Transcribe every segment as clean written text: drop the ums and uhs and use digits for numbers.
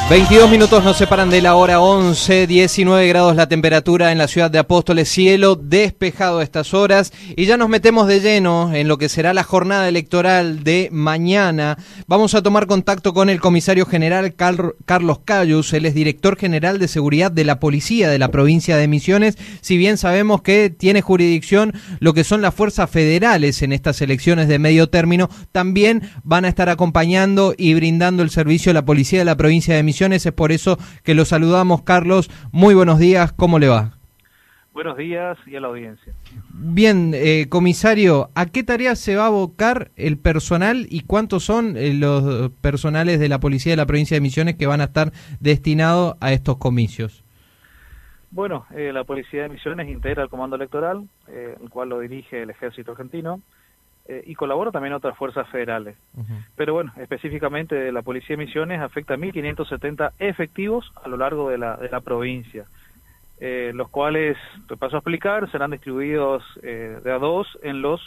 22 minutos nos separan de la hora 11, 19 grados la temperatura en la ciudad de Apóstoles, cielo despejado a estas horas, y ya nos metemos de lleno en lo que será la jornada electoral de mañana. Vamos a tomar contacto con el comisario general Carlos Cayus. Él es director general de seguridad de la policía de la provincia de Misiones. Si bien sabemos que tiene jurisdicción lo que son las fuerzas federales en estas elecciones de medio término, también van a estar acompañando y brindando el servicio a la policía de la provincia de Misiones. Es por eso que lo saludamos, Carlos. Muy buenos días, ¿cómo le va? Buenos días y a la audiencia. Bien, comisario, ¿a qué tareas se va a abocar el personal y cuántos son los personales de la policía de la provincia de Misiones que van a estar destinados a estos comicios? Bueno, la policía de Misiones integra el comando electoral, el cual lo dirige el Ejército Argentino, y colabora también otras fuerzas federales. Pero bueno, específicamente la Policía de Misiones afecta a 1.570 efectivos a lo largo de la provincia, los cuales, te paso a explicar, serán distribuidos de a dos en los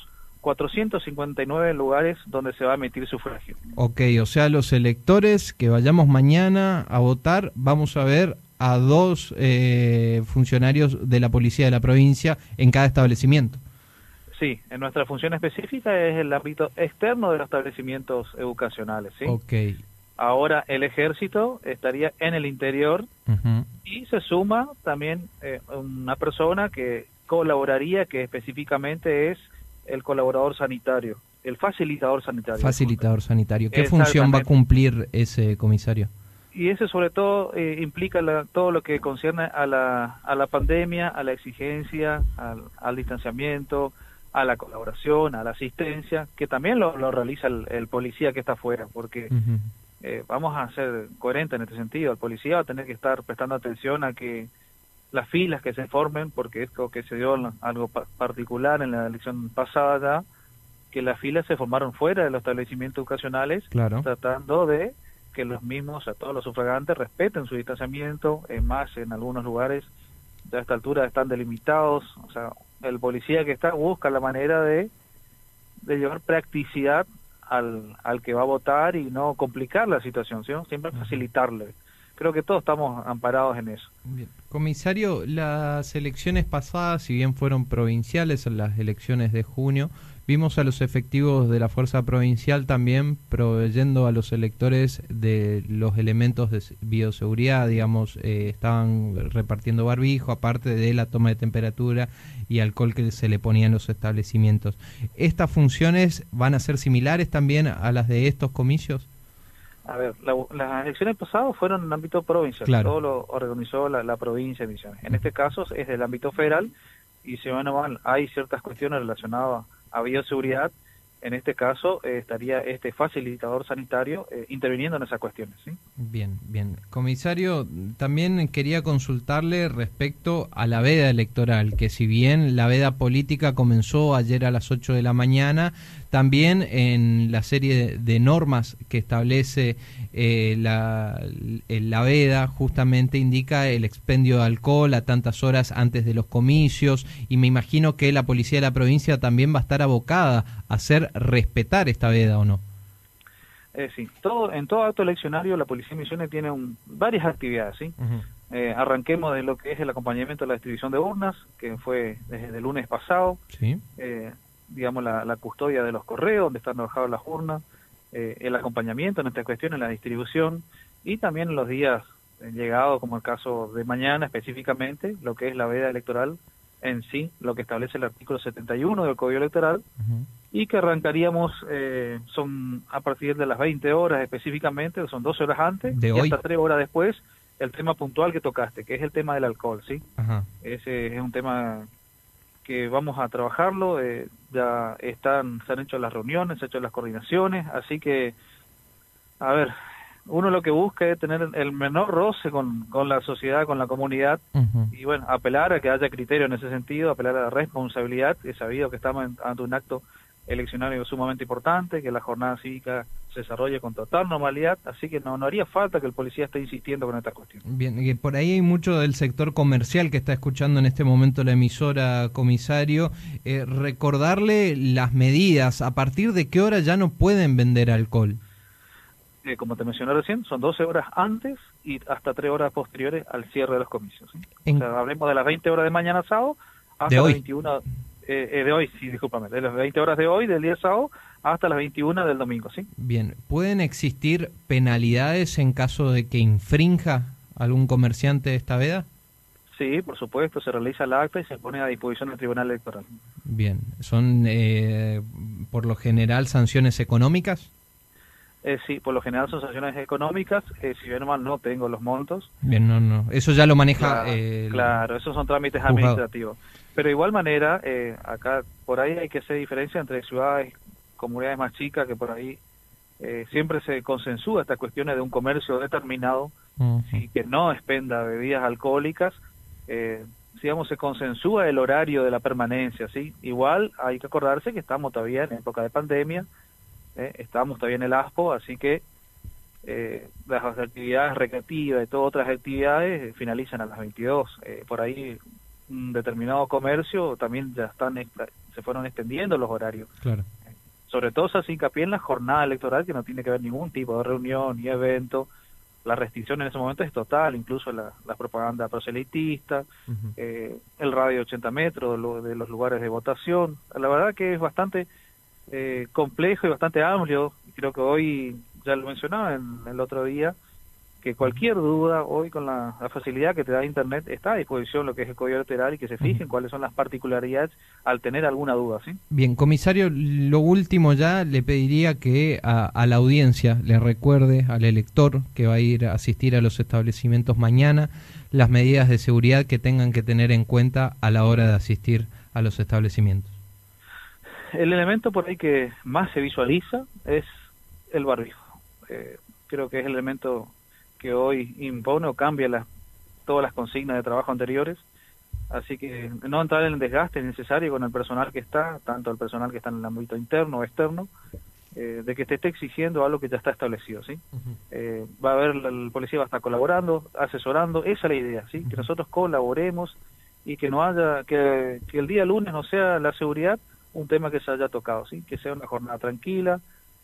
459 lugares donde se va a emitir sufragio. Ok, o sea, los electores que vayamos mañana a votar, vamos a ver a dos funcionarios de la Policía de la provincia en cada establecimiento. Sí, en nuestra función específica es el ámbito externo de los establecimientos educacionales, ¿sí? Okay. Ahora el ejército estaría en el interior y se suma también una persona que colaboraría, que específicamente es el colaborador sanitario, el facilitador sanitario. Facilitador sanitario. ¿Qué función va a cumplir ese comisario? Y ese sobre todo implica todo lo que concierne a la pandemia, a la exigencia, al distanciamiento, a la colaboración, a la asistencia, que también lo realiza el policía que está afuera, porque vamos a ser coherentes en este sentido. El policía va a tener que estar prestando atención a que las filas que se formen, porque es lo que se dio algo particular en la elección pasada ya, que las filas se formaron fuera de los establecimientos educacionales, claro, tratando de que los mismos, a todos los sufragantes, respeten su distanciamiento, más en algunos lugares ya a esta altura están delimitados. O sea, el policía que está busca la manera de llevar practicidad al que va a votar y no complicar la situación, ¿sí? Siempre facilitarle. Creo que todos estamos amparados en eso. Bien. Comisario, las elecciones pasadas, si bien fueron provinciales, las elecciones de junio, vimos a los efectivos de la Fuerza Provincial también proveyendo a los electores de los elementos de bioseguridad, digamos, estaban repartiendo barbijo, aparte de la toma de temperatura y alcohol que se le ponía en los establecimientos. ¿Estas funciones van a ser similares también a las de estos comicios? A ver, las elecciones pasadas fueron en el ámbito provincial, claro. Todo lo organizó la provincia de Misiones. En este caso es del ámbito federal y si bueno, hay ciertas cuestiones relacionadas a bioseguridad. En este caso estaría este facilitador sanitario interviniendo en esas cuestiones, ¿sí? Bien, bien. Comisario, también quería consultarle respecto a la veda electoral, que si bien la veda política comenzó ayer a las 8 de la mañana, también en la serie de normas que establece la veda justamente indica el expendio de alcohol a tantas horas antes de los comicios, y me imagino que la policía de la provincia también va a estar abocada a hacer respetar esta veda, ¿o no? Sí, en todo acto eleccionario la Policía de Misiones tiene varias actividades, ¿sí? Arranquemos de lo que es el acompañamiento de la distribución de urnas, que fue desde el lunes pasado, ¿sí? Digamos la custodia de los correos, donde están alojadas las urnas, el acompañamiento en esta cuestión, en la distribución, y también en los días llegados, como el caso de mañana específicamente, lo que es la veda electoral en sí, lo que establece el artículo 71 del Código Electoral, y que arrancaríamos, son a partir de las 20 horas específicamente, son 12 horas antes, y hasta 3 horas después, el tema puntual que tocaste, que es el tema del alcohol, ¿sí? Ese es un tema que vamos a trabajarlo, ya se han hecho las reuniones, se han hecho las coordinaciones, así que, a ver, uno lo que busca es tener el menor roce con la sociedad, con la comunidad, y bueno, apelar a que haya criterio en ese sentido, apelar a la responsabilidad. Es sabido que estamos ante un acto eleccionario sumamente importante, que la jornada cívica se desarrolle con total normalidad, así que no haría falta que el policía esté insistiendo con esta cuestión. Bien, por ahí hay mucho del sector comercial que está escuchando en este momento la emisora, comisario. Recordarle las medidas, ¿a partir de qué hora ya no pueden vender alcohol? como te mencioné recién, son 12 horas antes y hasta 3 horas posteriores al cierre de los comicios, ¿sí? O sea, hablemos de las 20 horas de mañana sábado hasta las 21 de hoy, sí, discúlpame, de las 20 horas de hoy, del día sábado, hasta las 21 del domingo, ¿sí? Bien, ¿pueden existir penalidades en caso de que infrinja algún comerciante esta veda? Sí, por supuesto, se realiza el acta y se pone a disposición del Tribunal Electoral. Bien, ¿son por lo general sanciones económicas? Sí, por lo general son sanciones económicas, si bien mal no tengo los montos. Bien, no, eso ya lo maneja... Claro, esos son trámites administrativos. Pero de igual manera, acá por ahí hay que hacer diferencia entre ciudades, comunidades más chicas, que por ahí siempre se consensúa estas cuestiones de un comercio determinado y que no expenda bebidas alcohólicas, digamos, se consensúa el horario de la permanencia, ¿sí? Igual hay que acordarse que estamos todavía en época de pandemia, estamos todavía en el ASPO, así que las actividades recreativas y todas otras actividades finalizan a las 22. Por ahí un determinado comercio también ya se fueron extendiendo los horarios. Claro. Sobre todo se hace hincapié en la jornada electoral, que no tiene que haber ningún tipo de reunión ni evento. La restricción en ese momento es total, incluso la propaganda proselitista, el radio de 80 metros de los lugares de votación. La verdad que es bastante complejo y bastante amplio. Creo que hoy, ya lo mencionaba en el otro día, que cualquier duda hoy con la facilidad que te da Internet está a disposición lo que es el Código Electoral y que se fijen cuáles son las particularidades al tener alguna duda, ¿sí? Bien, comisario, lo último ya le pediría que a la audiencia le recuerde al elector que va a ir a asistir a los establecimientos mañana las medidas de seguridad que tengan que tener en cuenta a la hora de asistir a los establecimientos. El elemento por ahí que más se visualiza es el barbijo. Creo que es el elemento que hoy impone o cambia todas las consignas de trabajo anteriores, así que no entrar en el desgaste innecesario con el personal que está, tanto el personal que está en el ámbito interno o externo, de que te esté exigiendo algo que ya está establecido, ¿sí? Va a haber, el policía va a estar colaborando, asesorando, esa es la idea, ¿sí? Que nosotros colaboremos y que no haya, que el día lunes no sea la seguridad un tema que se haya tocado, ¿sí? Que sea una jornada tranquila,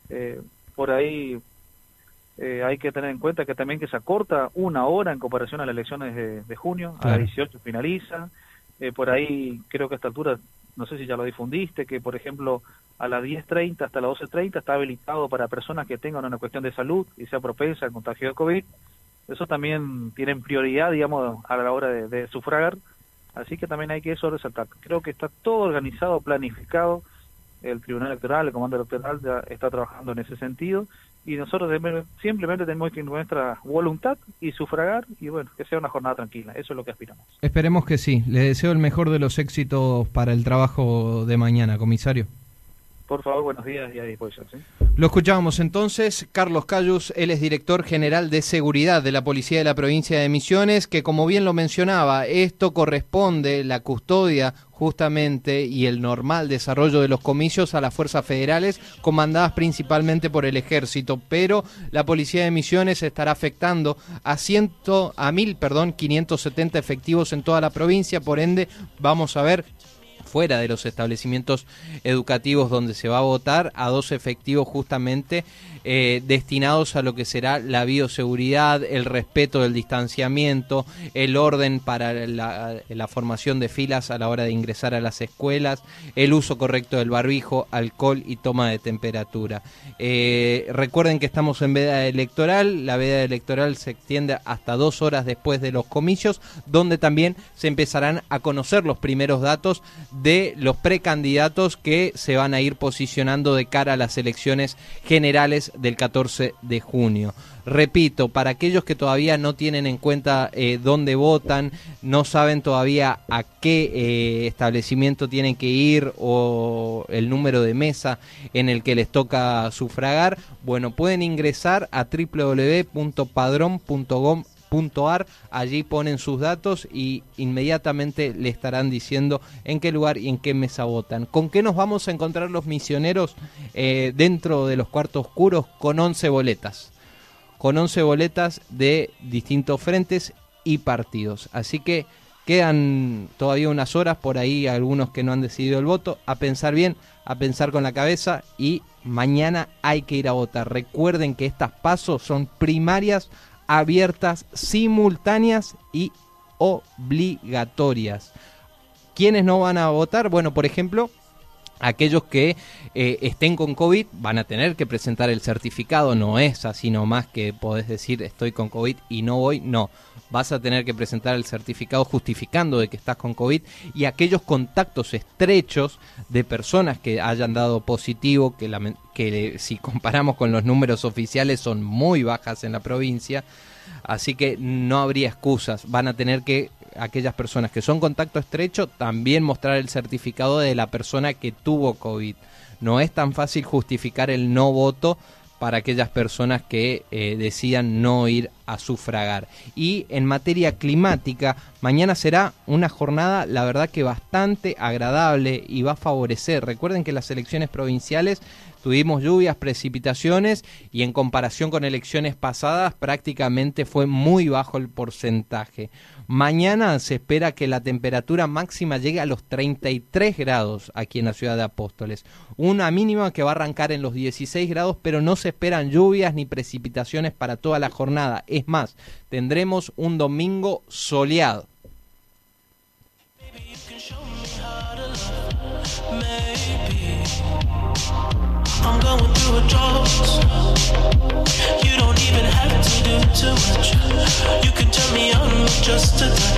por ahí hay que tener en cuenta que también que se acorta 1 hora en comparación a las elecciones de junio, claro. A las 18 finaliza, por ahí creo que a esta altura, no sé si ya lo difundiste, que por ejemplo a las 10:30 hasta las 12:30 está habilitado para personas que tengan una cuestión de salud y sea propensa al contagio de COVID. Eso también tienen prioridad, digamos, a la hora de sufragar, así que también hay que eso resaltar. Creo que está todo organizado, planificado, el Tribunal Electoral, el Comando Electoral ya está trabajando en ese sentido, y nosotros simplemente tenemos que ir nuestra voluntad y sufragar, y bueno, que sea una jornada tranquila, eso es lo que aspiramos. Esperemos que sí. Le deseo el mejor de los éxitos para el trabajo de mañana, comisario. Por favor, buenos días y a disposición, ¿sí? Lo escuchábamos entonces, Carlos Cayus, él es director general de seguridad de la Policía de la Provincia de Misiones, que como bien lo mencionaba, esto corresponde, la custodia justamente y el normal desarrollo de los comicios a las fuerzas federales comandadas principalmente por el Ejército, pero la Policía de Misiones estará afectando a 1.570 efectivos en toda la provincia, por ende vamos a ver fuera de los establecimientos educativos donde se va a votar, a 2 efectivos justamente destinados a lo que será la bioseguridad, el respeto del distanciamiento, el orden para la formación de filas a la hora de ingresar a las escuelas, el uso correcto del barbijo, alcohol y toma de temperatura. Recuerden que estamos en veda electoral, la veda electoral se extiende hasta 2 horas después de los comicios, donde también se empezarán a conocer los primeros datos de los precandidatos que se van a ir posicionando de cara a las elecciones generales del 14 de junio. Repito, para aquellos que todavía no tienen en cuenta dónde votan, no saben todavía a qué establecimiento tienen que ir o el número de mesa en el que les toca sufragar, bueno, pueden ingresar a www.padron.gov.ar, allí ponen sus datos y inmediatamente le estarán diciendo en qué lugar y en qué mesa votan. ¿Con qué nos vamos a encontrar los misioneros dentro de los cuartos oscuros? Con 11 boletas. Con 11 boletas de distintos frentes y partidos. Así que quedan todavía unas horas, por ahí algunos que no han decidido el voto, a pensar bien a pensar con la cabeza y mañana hay que ir a votar. Recuerden que estas PASO son primarias, abiertas, simultáneas y obligatorias. ¿Quiénes no van a votar? Bueno, por ejemplo, aquellos que estén con COVID van a tener que presentar el certificado. No es así nomás que podés decir estoy con COVID y no voy. No, vas a tener que presentar el certificado justificando de que estás con COVID. Y aquellos contactos estrechos de personas que hayan dado positivo, que si comparamos con los números oficiales son muy bajas en la provincia, así que no habría excusas. Van a tener que, aquellas personas que son contacto estrecho, también mostrar el certificado de la persona que tuvo COVID. No es tan fácil justificar el no voto para aquellas personas que decidan no ir a sufragar. Y en materia climática, mañana será una jornada, la verdad que bastante agradable y va a favorecer. Recuerden que las elecciones provinciales tuvimos lluvias, precipitaciones y en comparación con elecciones pasadas prácticamente fue muy bajo el porcentaje. Mañana se espera que la temperatura máxima llegue a los 33 grados aquí en la ciudad de Apóstoles. Una mínima que va a arrancar en los 16 grados, pero no se esperan lluvias ni precipitaciones para toda la jornada. Es más, tendremos un domingo soleado. I'm going through a drought. You don't even have to do too much. You can turn me on with just a touch.